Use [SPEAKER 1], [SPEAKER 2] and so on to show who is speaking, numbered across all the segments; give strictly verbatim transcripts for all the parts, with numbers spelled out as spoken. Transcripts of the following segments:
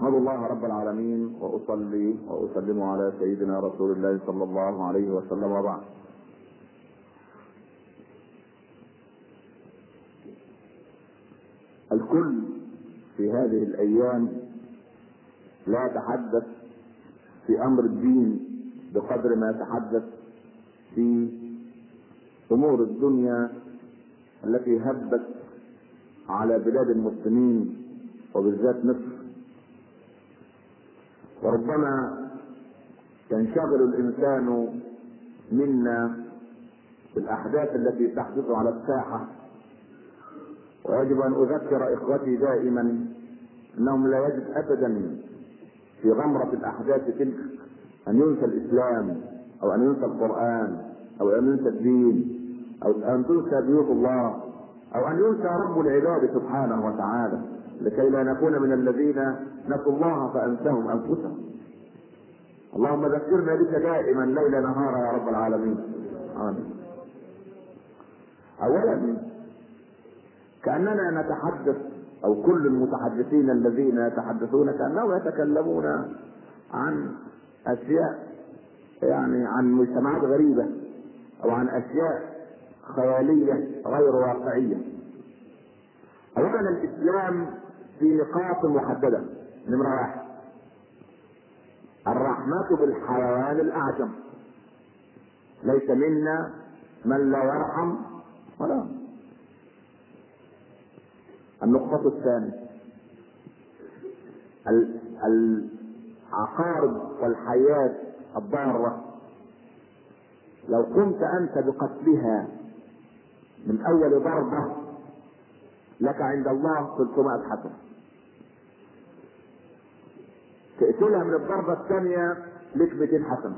[SPEAKER 1] احمد الله رب العالمين واصلي واسلم على سيدنا رسول الله صلى الله عليه وسلم وبعد. الكل في هذه الايام لا يتحدث في امر الدين بقدر ما يتحدث في امور الدنيا التي هبت على بلاد المسلمين وبالذات مصر. وربما ينشغل الانسان منا بالاحداث التي تحدث على الساحه، ويجب ان اذكر اخوتي دائما انهم لا يجب ابدا في غمره الاحداث تلك ان ينسى الاسلام او ان ينسى القران او ان ينسى الدين او ان تنسى بيوت الله او ان ينسى رب العباد سبحانه وتعالى، لكي لا نكون من الذين نسوا الله فانساهم انفسهم. اللهم ذكرنا بك دائما ليل نهارا يا رب العالمين. امين. اولا كاننا نتحدث او كل المتحدثين الذين يتحدثون كانهم يتكلمون عن اشياء، يعني عن مجتمعات غريبه او عن اشياء خياليه غير واقعيه. اولا الاسلام في نقاط محدده. نمره واحد، الرحمه بالحيوان الاعجم، ليس منا من لا يرحم ولا. النقطه الثانيه، العقارب والحيات الضاره لو قمت انت بقتلها من اول ضربه لك عند الله ثلاثمائة حسنه. تقتلها من الضربه الثانيه لك مئتين حسنه.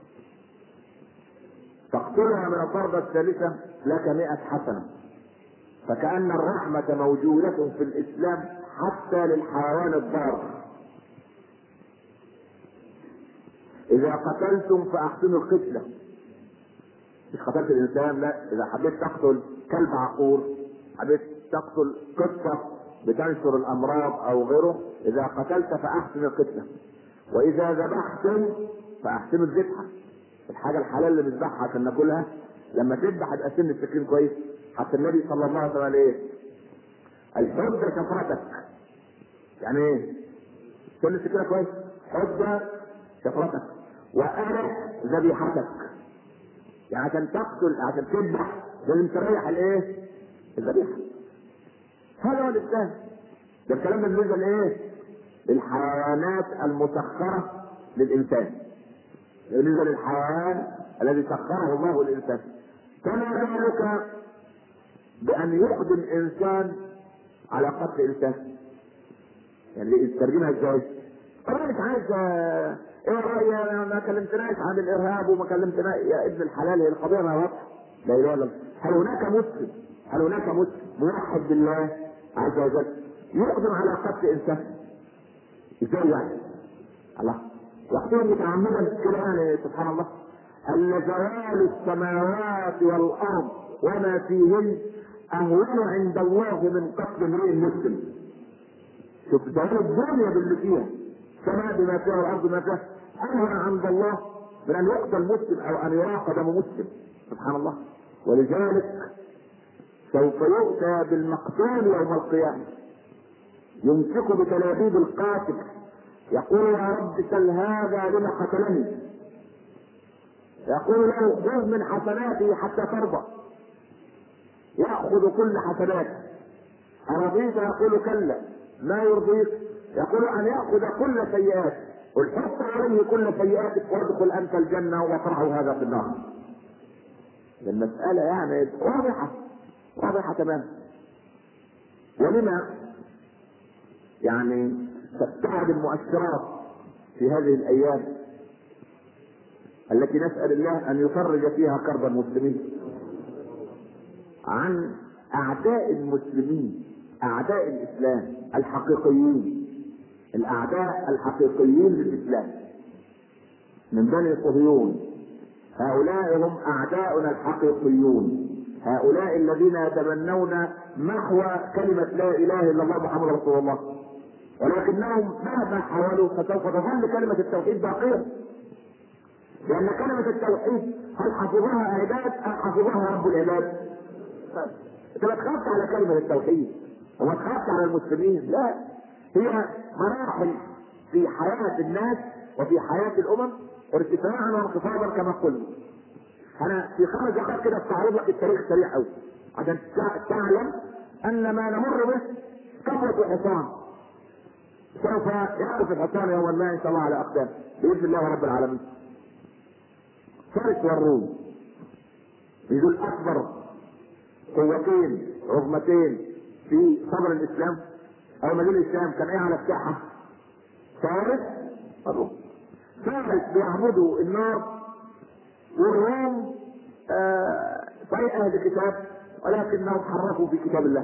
[SPEAKER 1] تقتلها من الضربه الثالثه لك مئة حسنه. فكأن الرحمه موجوده في الاسلام حتى للحيوان الضار. اذا قتلتم فاحسنوا القتله. مش قتلت الانسان، لا، اذا حبيت تقتل كلب عقور، حبيت تقتل قطه بتنشر الامراض او غيره، اذا قتلت فاحسن القتله. واذا ذبحتم فاحسنوا الذبحه. الحاجه الحلال اللي بنذبحها عشان ناكلها، لما تذبح يبقى سن السكين كويس. حتى النبي صلى الله عليه وسلم قال ايه؟ الحب شفرتك. يعني ايه؟ سن السكين كويس، حب شفرتك وانا ذبيحتك. يعني عشان تقتل، عشان تذبح لازم تريح الايه؟ الذبيحه. هذا هو الاسلام. ده الكلام ده بالنسبه لايه؟ للحيوانات المسخره للانسان، بالنسبه للحيوان الذي سخره الله للانسان. كما ذلك بان يقدم انسان على قتل انسان. يعني ترجمها ازاي؟ انا مش عايز ايه رايي، ما كلمتناش عن الارهاب وما كلمتنا يا ابن الحلال، هي القضيه ما واضحه. لا اله الا الله. هل هناك مسلم هل هناك مسلم موحد بالله عز وجل يقدم على قتل انسان؟ ازاي يعني؟ الله يقتل متعمدا كده يعني؟ سبحان الله. ان زوال السماوات والارض وما فيهن اهون عند الله من قتل امرئ مسلم. شوف زوال الدنيا باللي فيها، السماء بما فيها والارض بما فيها، اهون عند الله من ان يقتل مسلم او ان يراق دم مسلم. سبحان الله. ولذلك سوف يؤتى بالمقتول يوم القيامه، يمسك بتلابيب القاتل، يقول يا رب سل هذا لما قتلني. يقول له خذ من حسناته حتى ترضى، ياخذ كل حسناته. ارضيت؟ يقول كلا. ما يرضيك؟ يقول ان ياخذ كل سيئات، قل حط عليه كل سيئاتك وادخل انت الجنه واطرحه هذا في النار. المساله يعني واضحه واضحه تماما. ولما يعني تبتعد المؤثرات في هذه الايام التي نسال الله ان يفرج فيها كرب المسلمين عن اعداء المسلمين، اعداء الاسلام الحقيقيين، الاعداء الحقيقيين للاسلام من بني صهيون. هؤلاء هم اعداؤنا الحقيقيون، هؤلاء الذين يتمنون محو كلمة لا اله الا الله محمد رسول الله. ولكنهم مهما حاولوا فسوف تظل كلمة التوحيد باقية، لأن كلمة التوحيد هل حفظها عباد أم حفظها رب العباد؟ أنت ما تخافش على كلمة التوحيد وما تخافش على المسلمين، لا، هي مراحل في حياة الناس وفي حياة الأمم، ارتفاعا وانخفاضا كما قلنا. أنا في خمس دقائق كده استعرض لك التاريخ سريع أوي عشان تعلم أن ما نمر به كفوة حصان سوف يقف الحصان يوما ما إن شاء الله على أقدام بإذن الله رب العالمين. فارس والروم دول أكبر قوتين عظمتين في صدر الإسلام. أول ما جه الإسلام كان إيه على الساحة؟ فارس والروم. فارس بيعبدوا النار، والروم آه فريق أهل الكتاب ولكنهم حرفوا في كتاب الله.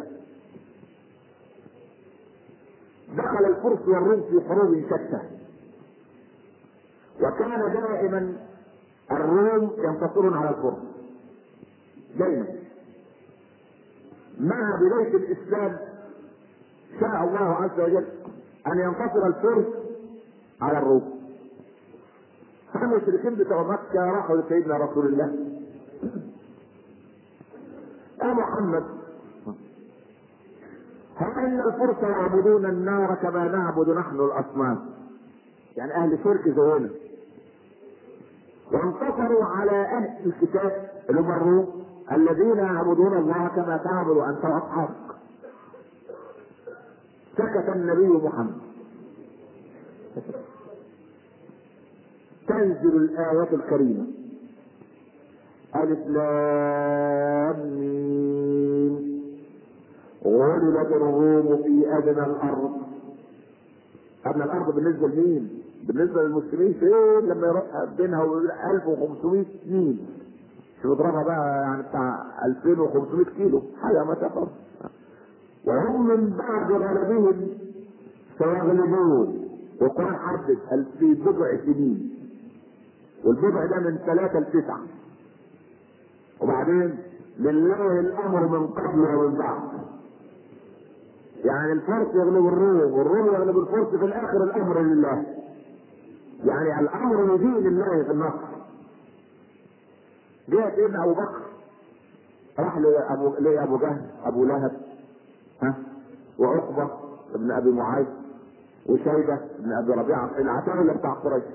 [SPEAKER 1] دخل الفرس والروم في حروب شتى، وكان دائما الروم ينتصرون على الفرس دائما. مع بداية الإسلام شاء الله عز وجل أن ينتصر الفرس على الروم. فالمشركين بتوع مكة راحوا لسيدنا رسول الله: يا محمد، هل ان الفرس يعبدون النار كما نعبد نحن الاصنام؟ يعني اهل شرك زينا، وانتصروا على اهل الكتاب اللي هم الروم الذين يعبدون الله كما تعبد انت واصحابك. سكت النبي محمد. تنزل الآية الكريمة: ألف لام ميم غلبت الروم في أدنى الأرض. أدنى الأرض بالنسبة لمين؟ بالنسبة للمسلمين فين لما يروح بينها وبين ألف وخمسمائة ميل؟ شو اضربها بقى، يعني بتاع ألفين وخمسمائة كيلو، حاجة ما تفهم. وهم من بعد غلبهم سيغلبون، والقرآن حدد في بضع سنين، والبضع ده من ثلاثة لتسعة، وبعدين لله الامر من قبل ومن بعد. يعني الفرس يغلب الروم والروم يغلب الفرس، في الاخر الامر لله، يعني الامر لدين الله في النصر. جاء سيدنا ابو بكر راح لابو لابو جهل ابو لهب ها وعقبه ابن ابي معاذ وشيبه ابن ابي ربيعه العتاوله بتاع قريش،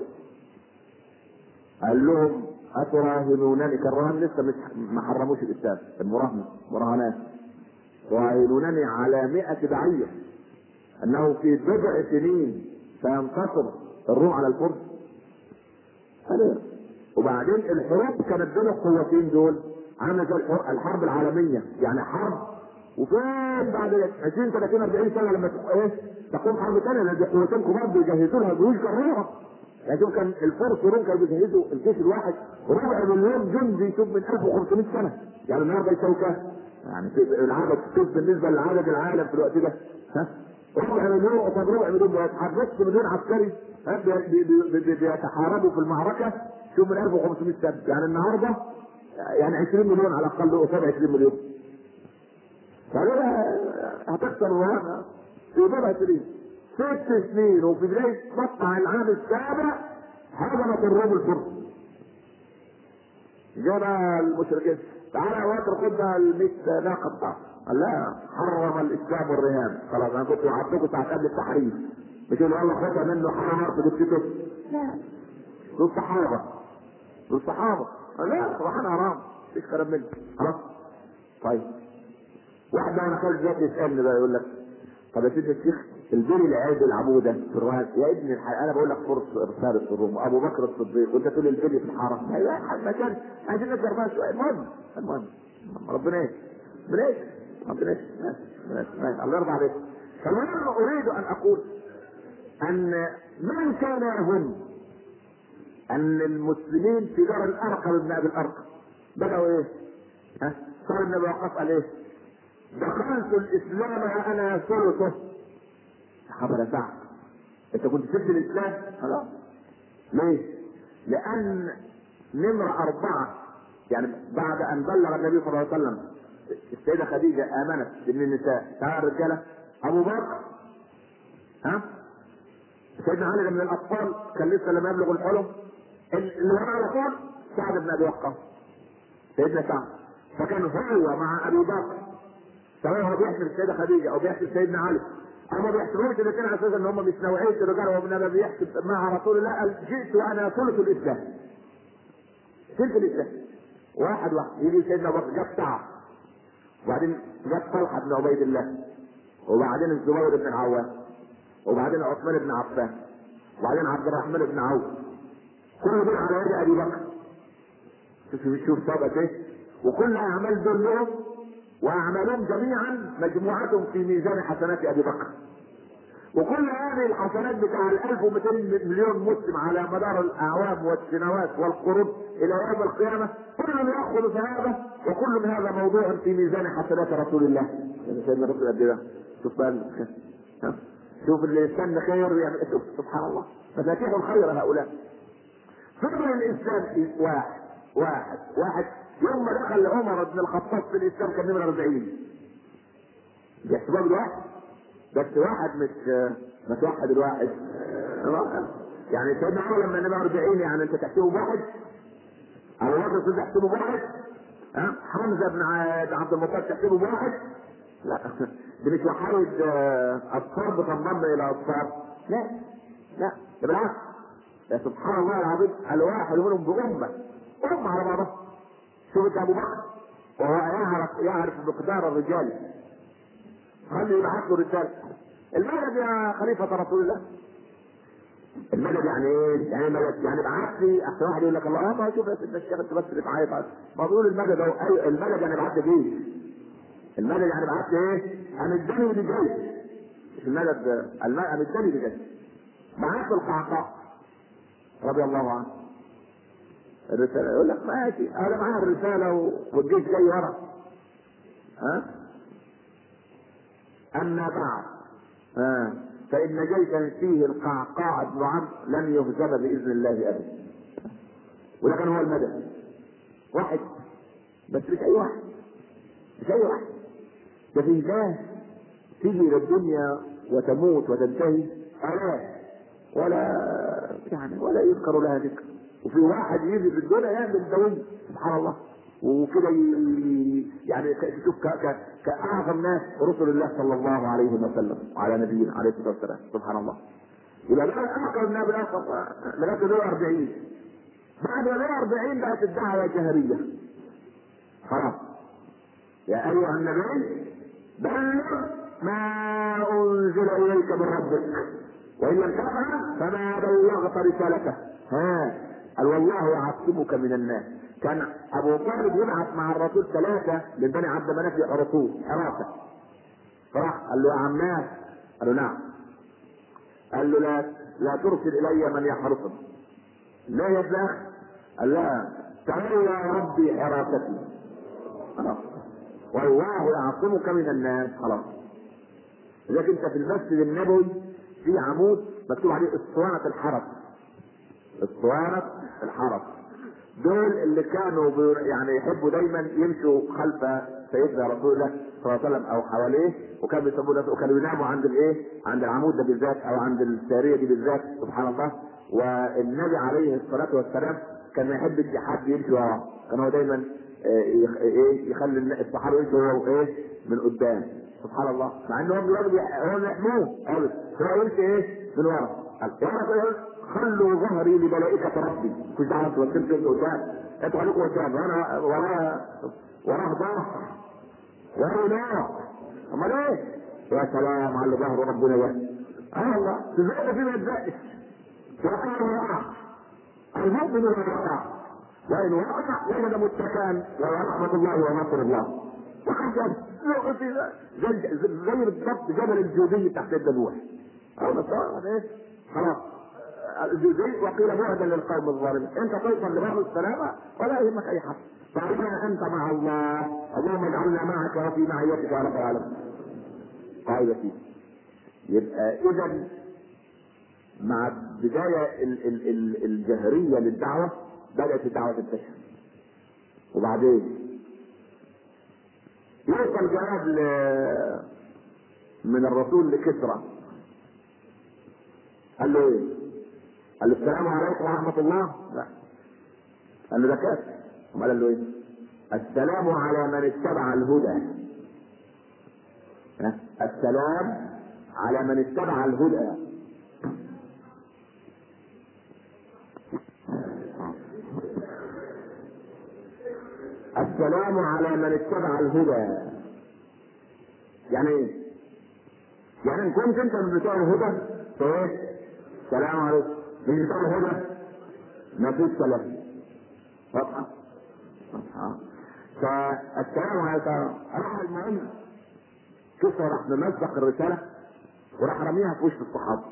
[SPEAKER 1] قال لهم: اتراهنونني؟ كان الرهان لسه مش ما حرموش الاسلام، المراهنه مراهنات، تراهنونني على مئة بعير انه في بضع سنين سينتصر الروم على الفرس؟ وبعدين الحروب كانت بين القوتين دول عامله زي الحرب العالميه، يعني حرب وفين بعد عشرين ثلاثين أربعين سنه لما ايه تقوم حرب ثانيه، لان قوتين كبار بيجهزوا لها جيوش جراره. يعني شوف كان الفرس والروم كانوا بيجهزوا الجيش الواحد ربع مليون جندي، يشوف من ألف وخمسمائة سنه، يعني النهارده يساوي كام؟ يعني في العدد شوف بالنسبه لعدد العالم في الوقت ده، ها؟ ربع مليون قصاد ربع مليون، ما يتحركش مليون عسكري بيتحاربوا في المعركه، شوف من ألف وخمسمائة سنه، يعني النهارده يعني عشرين مليون على الاقل قصاد عشرين مليون. فهذا هتخسر الوهاب في بضع سنين، ست سنين، وفي بداية مقطع العام السابع هزمت الروم الفرس. جاء بقى المشركين: تعالى يا واتر خد بقى المئة ناقة بتاعته. قال: لا، حرم الاسلام الرهان. خلاص انا كنت وعدتكم ساعة قبل التحريم، مش اللي والله خدها منه حرام في دكتور. لا، دول صحابة، دول صحابة. لا، سبحان حرام، مفيش كلام منه. خلاص طيب. واحد بقى انا خالد ذاتي يسألني بقى يقول لك: طب يا سيدي الشيخ، البيل العيد العبودة في الرهان يا ابن الحلال، انا بقول لك فرس رسالة الروم ابو بكر الصديق، وانت تقول البيل في الحرم. ايوه ما كان عايزين نقدر بقى شويه. المهم المهم ربنا ايه؟ ربنا ايه؟ ربنا ايه؟ ماشي الله يرضى عليك. فالمهم اريد ان اقول ان من كان يظن ان المسلمين في دار الارقم ابن ابي الارقم بدأوا ايه؟ ها؟ صار النبي وقف قال ايه؟ دخلت الاسلام وانا ثلثه. خبر سعد، انت كنت سبت الاسلام؟ خلاص. ليه؟ لان نمرة اربعة، يعني بعد ان بلغ النبي صلى الله عليه وسلم السيدة خديجة امنت من النساء، تعال الرجالة ابو بكر ها سيدنا علي من الاطفال كان لسه لم يبلغ الحلم، اللي وراه على طول سعد بن ابي وقاص، سيدنا سعد. فكان هو مع ابي بكر، سواء هو بيحسب السيده خديجه او بيحسب سيدنا علي، او ما بيحسبوش الاثنين على اساس ان هم مش نوعيه الرجال، ومن بيحسب مع رسول الله قال جئت وانا ثلث الاسلام. ثلث الاسلام. واحد واحد يجي سيدنا ابو بكر جاب سعد، وبعدين جاب طلحه بن عبيد الله، وبعدين الزبير بن العوام، وبعدين عثمان بن عفان، وبعدين عبد الرحمن بن عوف، كل دول على يد ابي بكر. شوف شوف سابقة ايه، وكل اعمال دول لهم، واعمالهم جميعا مجموعتهم في ميزان حسنات ابي بكر. وكل هذه الحسنات بتاع ال ألف ومئتين مليون مسلم على مدار الاعوام والسنوات والقرون الى يوم القيامه، كل ياخذ ثوابه، وكل من هذا موضوع في ميزان حسنات رسول الله. يعني سيدنا رسول قد ايه؟ شوف بقى، شوف اللي يستنى خير يعمل، شوف سبحان الله، مفاتيح الخير هؤلاء. فكر الاسلام واحد واحد واحد. يوم ما دخل عمر بن الخطاب في الاسلام كان نمره أربعين. باحتساب الواحد، بس واحد مش مش واحد الواحد. يعني سيدنا عمر لما نمره أربعين، يعني انت تحسبه بواحد؟ ابو بكر تحسبه بواحد؟ ها؟ حمزه بن عبد المطلب تحسبه بواحد؟ لا، دي مش وحايد اصفار بتنضم الى اصفار، لا لا، ده بالعكس. يا سبحان الله العظيم، الواحد منهم بأمة أمة على بعضها. شوف ابو بكر وهو يعرف يعرف مقدار الرجال، خلي يبعث له رسالة المدد يا خليفة رسول الله. المدد يعني ايه؟ يعني مدد يعني بعث لي احسن واحد يقول لك الله اه ما شوف يا سيدنا الشيخ انت بس اللي تعيط، ما بيقول المدد اهو. ايوه المدد يعني بعث جيش، المدد يعني بعث ايه؟ امدني بجيش، مش المدد امدني بجيش. بعث القعقاع رضي الله عنه الرسالة، يقول لك ماشي انا معايا الرسالة والجيش جاي ورا. ها؟ اما بعد ها فان جيشا فيه القعقاع بن عمرو لن يهزم باذن الله ابدا. وده كان هو المدد. واحد بس، مش اي واحد، مش اي واحد، ده في ناس تيجي الى الدنيا وتموت وتنتهي الاف ولا يعني ولا يذكر لها ذكر، وفي واحد يجي في الدنيا يعمل دوي سبحان الله، وكده يعني تشوف كأعظم ناس رسل الله صلى الله عليه وسلم وعلى نبينا عليه الصلاه والسلام سبحان الله. يبقى ده اخر النبي الاخر لغايه مئة وأربعين. بعد مئة وأربعين بقت الدعوه جهريه خلاص. يا ايها النبي بلغ ما انزل اليك من ربك وان لم تفعل فما بلغت رسالته. ها قال والله يعصمك من الناس. كان ابو طالب يبعث مع الرسول ثلاثه من بني عبد مناف يحرسوه حراسه، فراح قال له يا عماه، قال له نعم، قال له لا لا ترسل الي من يحرسني. لا يا ابن اخي، قال لا تولى ربي حراستي خلاص، والله يعصمك من الناس خلاص. لذلك انت في المسجد النبوي في عمود مكتوب عليه اسطوانه الحرس، اسطوانه الحرس. دول اللي كانوا يعني يحبوا دايما يمشوا خلف سيدنا رسول الله صلى الله عليه وسلم او حواليه، وكانوا بيسموه وكانوا يناموا عند الايه؟ عند العمود ده بالذات او عند الساريه دي بالذات سبحان الله. والنبي عليه الصلاه والسلام كان ما يحبش حد يمشي وراه، كان هو دايما ايه يخلي الصحابه يمشوا هو ايه من قدام سبحان الله، مع ان هم بيقولوا يحموه قال هو يمشي ايه من ورا. قال خلوا ظهري لملائكة ربي، مش دعوة توكلت انت قدام، انتوا خليكم قدام وانا وراه وراه ظهر وراه نار. امال ايه؟ يا سلام على ظهر ربنا ده. اه والله تزق فيه ما يتزقش. وقال وقع المؤمن وقع وان وقع وجد متكئا ورحمة الله ونصر الله. وخرج زي زي بالضبط جبل الجودي تحت الدلوع. او نصر ايه؟ خلاص الجزيء وقيل بعدا للقوم الظالمين. انت توصل لباب السلامه ولا يهمك اي حد، فاذا انت مع الله اللهم اجعلنا معك وفي معيتك يا رب العالمين. قاعده فيه. يبقى اذا مع بدايه ال ال ال الجهريه للدعوه بدات الدعوه تنتشر، وبعدين يوصل جواب ل... من الرسول لكسرى قال له ايه؟ قال له السلام عليكم ورحمه الله؟ لا. قال له ده كافر. قال له ايه؟ السلام على من اتبع الهدى. السلام على من اتبع الهدى. السلام على من اتبع الهدى. يعني ايه؟ يعني ان كنت انت من بتوع الهدى فايه؟ السلام عليكم. من بتوع الهدى ما فيش سلام. واضحه؟ واضحه. فالسلام عليكم. راح المهم كيف راح ممزق الرساله وراح رميها في وش الصحابه.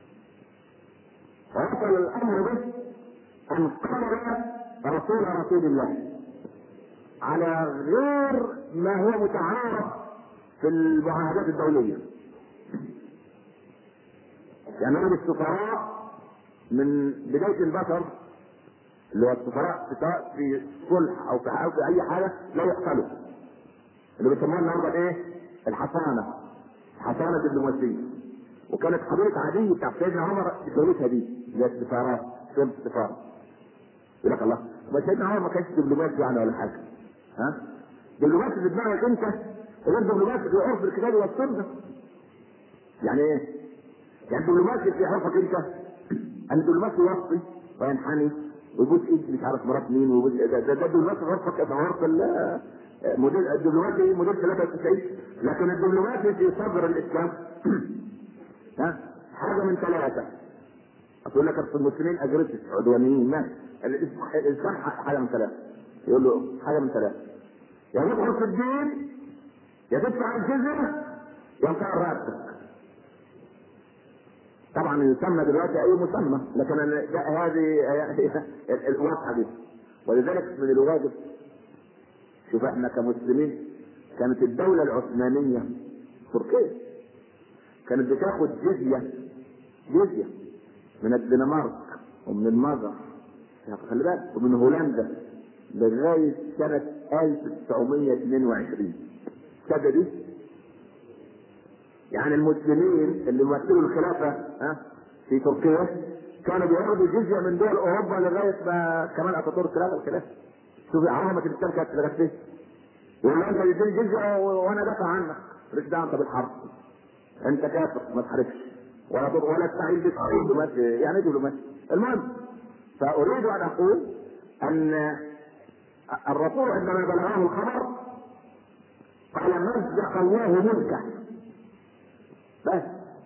[SPEAKER 1] ووصل الامر به ان قرر رسول رسول الله على غير ما هو متعارف في المعاهدات الدوليه. يعني هم السفراء من بدايه البشر اللي هو السفراء سواء في صلح او في او في اي حاجه لا يقتلوا. اللي بيسموها النهارده ايه؟ الحصانه. الحصانه الدبلوماسيه. وكانت قضيه عاديه بتاع سيدنا عمر في دولتها دي اللي هي السفارات، شؤون السفاره. يقول لك الله ما سيدنا عمر ما كانش دبلوماسي يعني ولا حاجه. ها؟ دبلوماسي في دماغك انت غير دبلوماسي في عرف الكتاب والسنه. يعني ايه؟ يعني الدبلوماسي في عرفك انت ان الدبلوماسي يوصي وينحني ويبوس ايد مش عارف مرات مين ويبوس ده ده الدبلوماسي في عرفك في عرف مدير الدبلوماسي مدير ثلاثة وتسعين. لكن الدبلوماسي في صدر الاسلام ها حاجه من ثلاثه. اقول لك اصل المسلمين اجريسيف عدوانيين ماشي. الاسلام حاجه من ثلاثه. يقول له حاجه من ثلاثه. يا تدخل في الدين يا تدفع الجزيه يا تنقطع راسك. طبعا يسمى دلوقتي اي مسمى لكن هذه الواقعه دي. ولذلك من الواجب شوف احنا كمسلمين كانت الدوله العثمانيه تركيا كانت بتاخد جزيه جزيه من الدنمارك ومن المجر خلي بالك ومن هولندا لغايه سنه ألف وتسعمية واثنين وعشرين. السنه دي يعني المسلمين اللي مثلوا الخلافه ها في تركيا كانوا بياخدوا جزيه من دول اوروبا لغايه ما كمان اتاتورك لغى الخلافه. شوف عظمه الاسلام كانت لغايه فين. يقول له انت تديني جزيه وانا دافع عنك مالكش دعوه انت بالحرب. انت كافر ما تحاربش ولا ولا تستعين بك دبلوماسي. يعني ايه دبلوماسي؟ المهم فاريد ان اقول ان الرسول عندما بلغه الخبر قال مزق الله ملكه. بس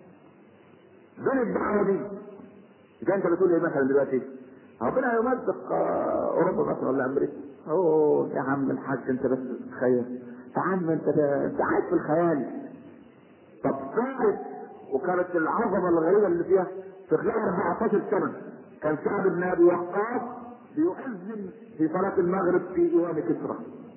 [SPEAKER 1] بين الدعوه دي اذا انت بتقول ايه مثلا دلوقتي ربنا يمزق اوروبا مثلا ولا امريكا. اوه يا عم الحاج انت بس تخيل يا عم انت انت عايش في الخيال. طب كانت وكانت العظمه الغريبه اللي فيها في خلال أربعتاشر سنه كان سعد بن ابي وقاص بيؤذن في صلاه المغرب في ايوان كسرى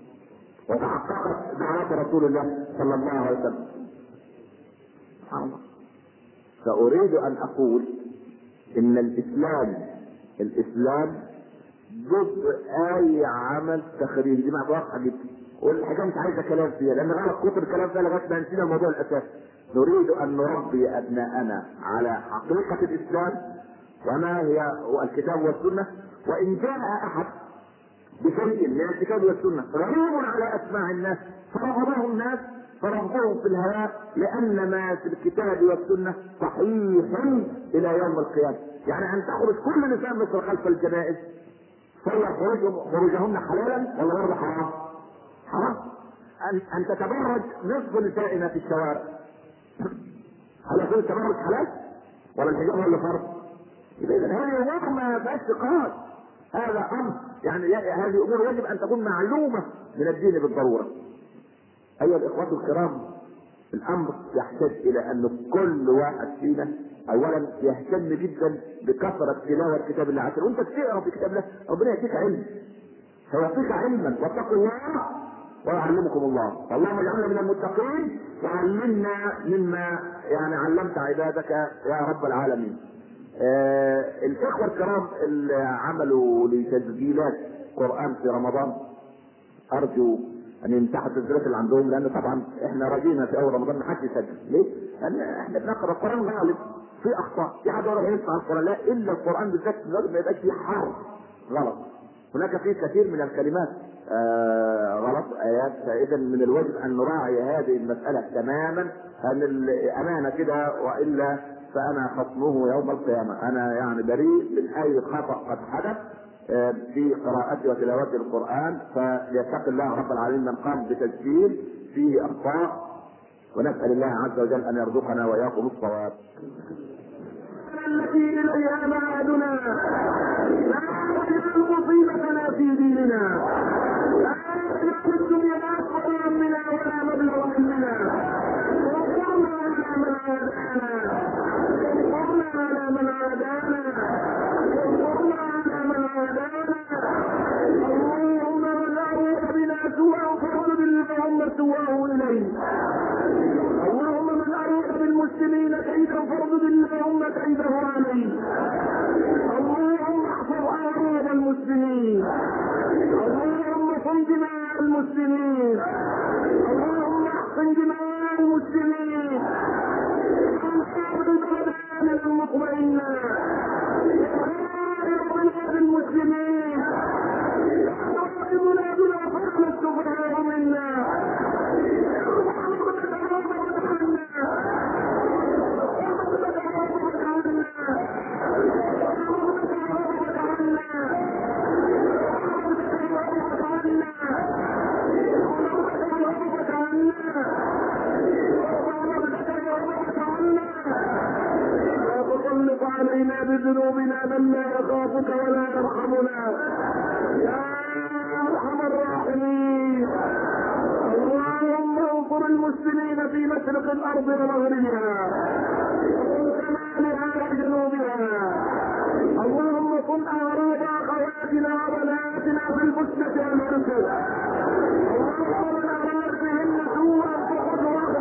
[SPEAKER 1] وتحققت دعوات رسول الله صلى الله عليه وسلم. سبحان الله. فاريد ان اقول ان الاسلام الاسلام ضد اي عمل تخريبي. دي مع واقعه جدا والحاجه مش عايزه كلام فيها لان غلط كتر الكلام ده لغايه ما نسينا الموضوع الاساسي. نريد ان نربي ابناءنا على حقيقه الاسلام وما هي الكتاب والسنه. وان جاء احد بشيء من الكتاب والسنه غريب على اسماع الناس فرغبه الناس فرغبوهم في الهواء لان ما في الكتاب والسنه صحيح الى يوم القيامه. يعني ان تخرج كل نساء مصر خلف الجنائز صلى خروجهن حلالا ولا برضه حرام؟ حرام. ان ان تتبرج نصف نسائنا في الشوارع. هل يكون التبرج حلال؟ ولا الحجاب هو اللي فرض؟ اذا هذه امور ما فيهاش نقاش. هذا امر يعني هذه امور يجب ان تكون معلومه من الدين بالضروره. ايها الاخوه الكرام الامر يحتاج الى ان كل واحد فينا اولا يهتم جدا بكثره تلاوه كتاب الله عز وجل. وانت تقرا في كتاب الله ربنا يديك علم سيعطيك علما واتقوا الله ويعلمكم الله. اللهم اجعلنا من المتقين وعلمنا مما يعني علمت عبادك يا رب العالمين. آه الاخوه الكرام اللي عملوا لتسجيلات قران في رمضان ارجو ان يمسحوا التسجيلات اللي عندهم، لان طبعا احنا راجينا في اول رمضان ما حدش يسجل. ليه؟ لان احنا بنقرا القران غالب في اخطاء، في حد ولا ينفع القران، لا الا القران بالذات لازم ما يبقاش فيه حرف غلط. هناك فيه كثير من الكلمات آه غلط ايات، فاذا من الواجب ان نراعي هذه المساله تماما، ان الامانه كده، والا فانا خصمه يوم القيامه. انا يعني بريء من اي خطا قد حدث في قراءته وتلاوته القرآن، فليتق الله رب العالمين من قام بتسجيل فيه أخطاء، ونسأل الله عز وجل أن يرزقنا وإياكم الصواب.
[SPEAKER 2] التي إليها معادنا لا تجعل مصيبتنا في ديننا، لا تجعل الدنيا أكبر همنا ولا مبلغ علمنا، وانصرنا على من عادانا، وانصرنا على من عادانا، وانصرنا على من عادانا. اللهم من أراد بنا سوءا فارد اللهم سوءه إليه. اللهم من أراد بالمسلمين كيدا فارد اللهم كيده عليه. اللهم احفظ أعراض المسلمين، اللهم صن دماء المسلمين، اللهم احسن دماء المسلمين. انصر البلدان المطمئنة، خير بلاد المسلمين، بلادنا بلا فضل السفهاء منا. علينا بذنوبنا من لا يخافك ولا يرحمنا يا ارحم الراحمين. اللهم انصر المسلمين في مشرق الارض ومغربها ومن شمالها وجنوبها. اللهم صن اعراض اخواتنا وبناتنا في البسنة والمنصر. اللهم من اراد بهن سوءا فخذه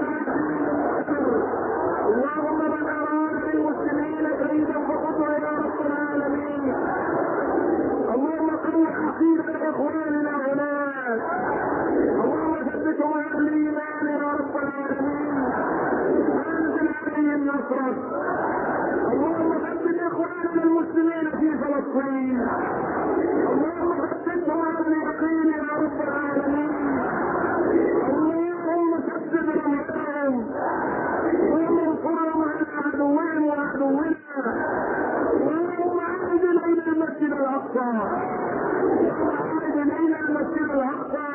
[SPEAKER 2] اللهم من اراد بالمسلمين كيدا فخذه الى رب العالمين. اللهم قوي عقيدة اخواننا هناك، اللهم ثبتهم على الايمان يا رب العالمين، انزل عليهم نصرك. اللهم ثبت اخواننا المسلمين في فلسطين، اللهم ثبتهم على اليقين يا رب العالمين. اللهم ثبت رميهم، اللهم انصرهم على عدوهم وعدونا. اللهم عائد الى المسجد الاقصى، عائد الى المسجد الاقصى.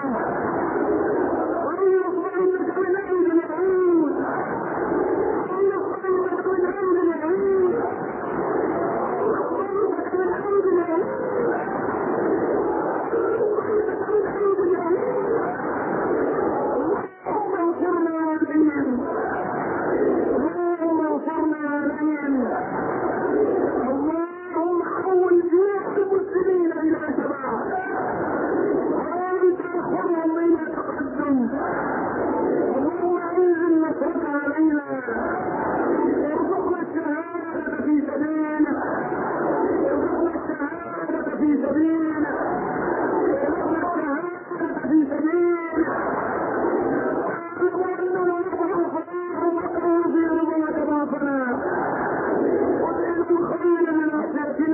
[SPEAKER 2] اللهم انك من عند اليهود، اللهم انك من عند اليهود، اللهم انك من عند اليهود، اللهم انك من عند اليهود. اللهم انصرنا عليهم، اللهم انصرنا عليهم. اللهم حول جيوش المسلمين الى شباب، حاول تاخذهم الى تقدم. اللهم انزل نصرك علينا، ارزقنا الشهادة في سبيلك، ارزقنا الشهادة في سبيلك، ارزقنا الشهادة في سبيلك. واعلم اننا نضع فضاهم وقعوا في رضاك باطنا، وإن الخير من عصيتنا.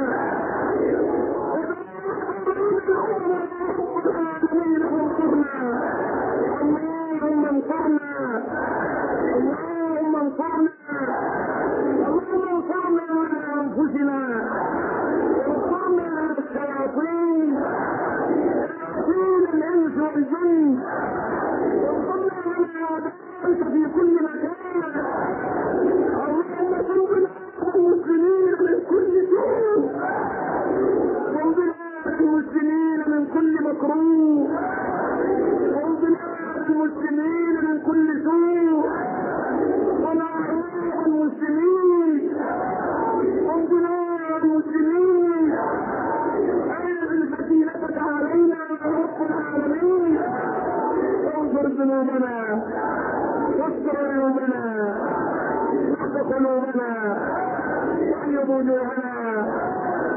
[SPEAKER 2] اللهم انصرنا، اللهم انصرنا، اللهم انصرنا على انفسنا، وانصرنا على الشياطين، شياطين الانس والجن، وانصرنا على اعدائك في كل مكان. اللهم صن المسلمين من كل سوء، صن المسلمين من كل مكروه، صن المسلمين من كل سوء، صن اعراض المسلمين، صن دماء المسلمين. انزل سكينتك علينا يا رب العالمين. انصر ذنوبنا، واستر عيوبنا، احفظ قلوبنا، واحفظ وجوهنا،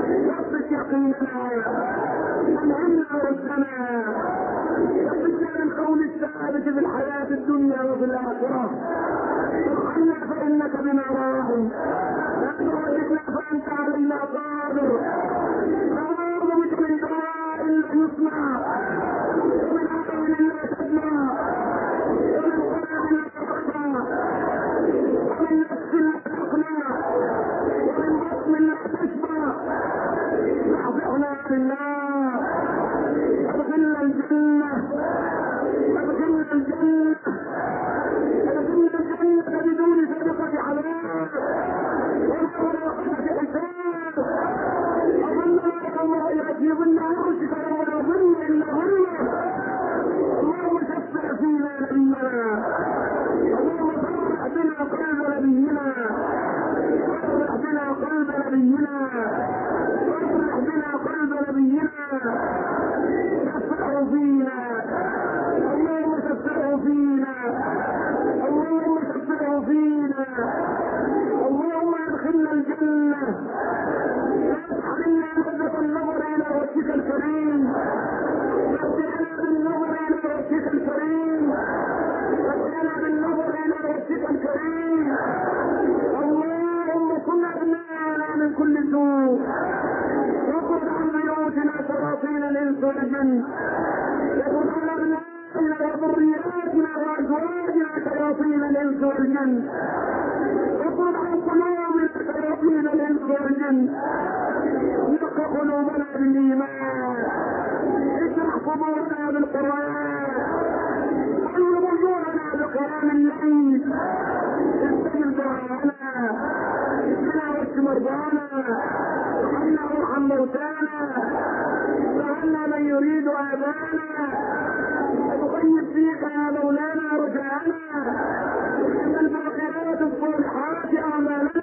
[SPEAKER 2] ثبت يقيننا، ألهمنا رشدنا، ثبتنا بالقول الثابت في الحياة الدنيا وفي الآخرة. ارحمنا فإنك بنا راحم، لا تهلكنا فأنت علينا قادر. نعوذ بك من دواء لا يسمع، ومن عين لا تسمع، ومن قلب لا تخشى، ومن نفس لا تقنع، ومن بطن لا تشبع. احفظنا بالله، ادخلنا الجنة، ادخلنا الجنة، ادخلنا الجنة بدون سابقة عذاب ولا وقفة حساب. أظلنا الله يأتي ظل عرشك ولا ظل إلا ظله. اللهم شفع فينا نبينا، اللهم فرح بنا قلب نبينا، فرح بنا قلب نبينا، فرح بنا قلب نبينا. شفعه فينا، اللهم شفعه فينا، اللهم شفعه فينا، اللهم ادخلنا الجنة، لا تحرمنا لذة النظر إلى وجهك الكريم، متعنا بالنظر إلى وجهك الكريم، متعنا بالنظر إلى وجهك الكريم. اللهم صل أبناءنا من كل سوء، واخرج عن بيوتنا شياطين الإنس والجن، واخرج عن أبنائنا وذرياتنا وأزواجنا شياطين الإنس والجن، واخرج عن قلوبنا شياطين الإنس والجن. نق قلوبنا بالإيمان، اشرح صدورنا بالقرآن، قلب وجوهنا بقيام الليل. استجب دعاءنا، اشفنا واشف مرضانا، ارحمنا وارحم موتانا، سهلنا من يريد آبانا، وتطيب فيك يا مولانا رجاءنا، ان الباقيات الصالحات أعمالنا.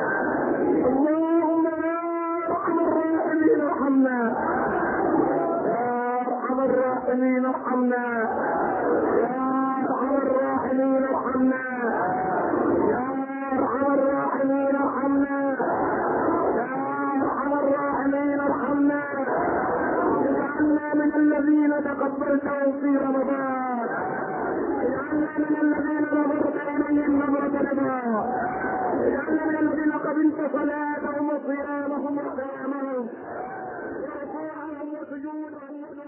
[SPEAKER 2] اللهم يا ارحم الراحمين ارحمنا، يا ارحم الراحمين ارحمنا، يا ارحم الراحمين ارحمنا، يا ارحم الراحمين ارحمنا، يا ارحم الراحمين ارحمنا. اجعلنا من الذين تقبلتهم في رمضان، اجعلنا من الذين نظرت اليهم نظرة رضا، اجعلنا من الذين قبلت صلاتهم وصيامهم وقيامهم وركوعهم وسجودهم